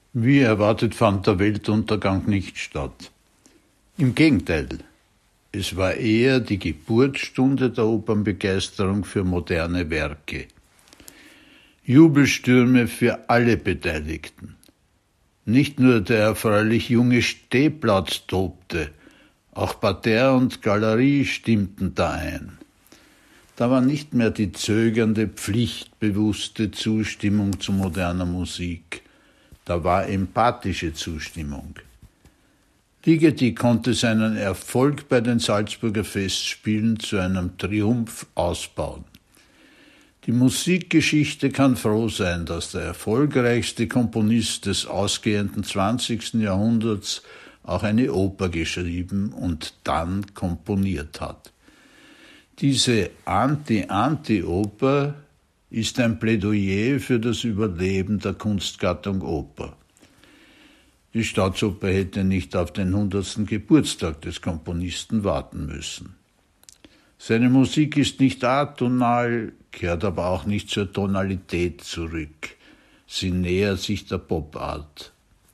Wie erwartet fand der Weltuntergang nicht statt. Im Gegenteil, es war eher die Geburtsstunde der Opernbegeisterung für moderne Werke. Jubelstürme für alle Beteiligten. Nicht nur der erfreulich junge Stehplatz tobte, auch Parterre und Galerie stimmten da ein. Da war nicht mehr die zögernde, pflichtbewusste Zustimmung zu moderner Musik. Da war empathische Zustimmung. Ligeti konnte seinen Erfolg bei den Salzburger Festspielen zu einem Triumph ausbauen. Die Musikgeschichte kann froh sein, dass der erfolgreichste Komponist des ausgehenden 20. Jahrhunderts auch eine Oper geschrieben und dann komponiert hat. Diese Anti-Oper ist ein Plädoyer für das Überleben der Kunstgattung Oper. Die Staatsoper hätte nicht auf den 100. Geburtstag des Komponisten warten müssen. Seine Musik ist nicht atonal, kehrt aber auch nicht zur Tonalität zurück. Sie nähert sich der Popart.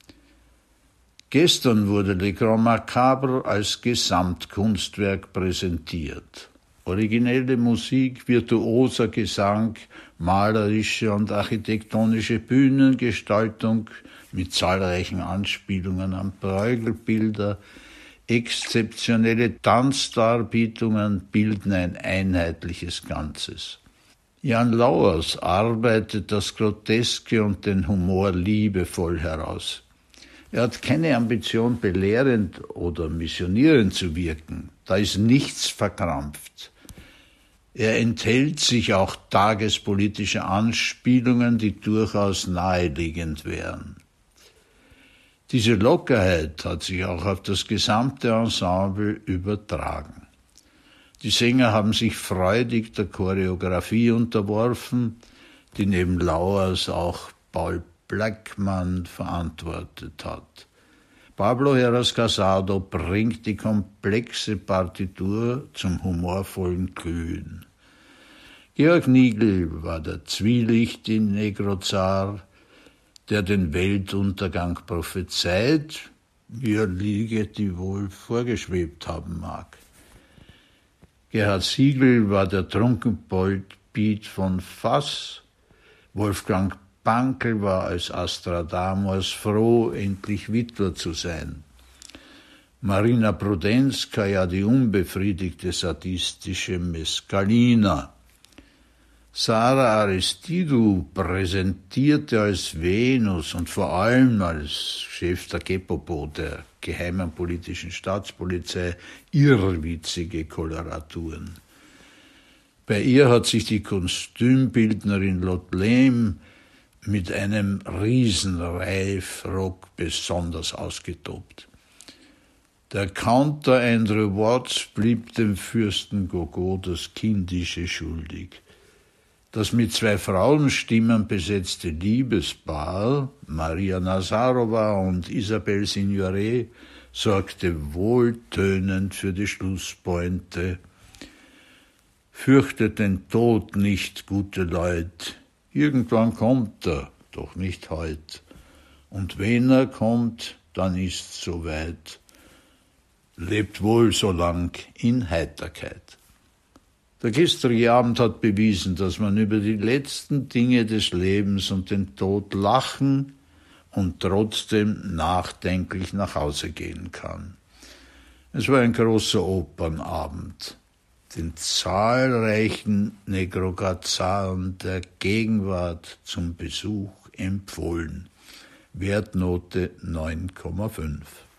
Gestern wurde Le Grand Macabre als Gesamtkunstwerk präsentiert. Originelle Musik, virtuoser Gesang, malerische und architektonische Bühnengestaltung mit zahlreichen Anspielungen an Bruegelbilder, exzeptionelle Tanzdarbietungen bilden ein einheitliches Ganzes. Jan Lauers arbeitet das Groteske und den Humor liebevoll heraus. Er hat keine Ambition, belehrend oder missionierend zu wirken. Da ist nichts verkrampft. Er enthält sich auch tagespolitische Anspielungen, die durchaus naheliegend wären. Diese Lockerheit hat sich auch auf das gesamte Ensemble übertragen. Die Sänger haben sich freudig der Choreografie unterworfen, die neben Lauers auch Paul Blackman verantwortet hat. Pablo Heras Casado bringt die komplexe Partitur zum humorvollen Glühen. Georg Nigl war der Zwielicht in Negrozar, der den Weltuntergang prophezeit, wie er Ligeti wohl vorgeschwebt haben mag. Gerhard Siegel war der Trunkenbold-Beat von Fass, Wolfgang Pankel war als Astradamos froh, endlich Witwer zu sein. Marina Prudenska die unbefriedigte sadistische Mescalina. Sarah Aristidou präsentierte als Venus und vor allem als Chef der Gepopo, der geheimen politischen Staatspolizei, irrwitzige Koloraturen. Bei ihr hat sich die Kostümbildnerin Lotte Lehm mit einem Riesenreifrock besonders ausgetobt. Der Counter Andrew Watts blieb dem Fürsten Gogo das Kindische schuldig. Das mit 2 Frauenstimmen besetzte Liebespaar, Maria Nazarova und Isabelle Signoret, sorgte wohltönend für die Schlusspointe. Fürchtet den Tod nicht, gute Leut, irgendwann kommt er, doch nicht heut. Und wenn er kommt, dann ist's soweit. Lebt wohl so lang in Heiterkeit. Der gestrige Abend hat bewiesen, dass man über die letzten Dinge des Lebens und den Tod lachen und trotzdem nachdenklich nach Hause gehen kann. Es war ein großer Opernabend, den zahlreichen Negrogazaren der Gegenwart zum Besuch empfohlen. Wertnote 9,5.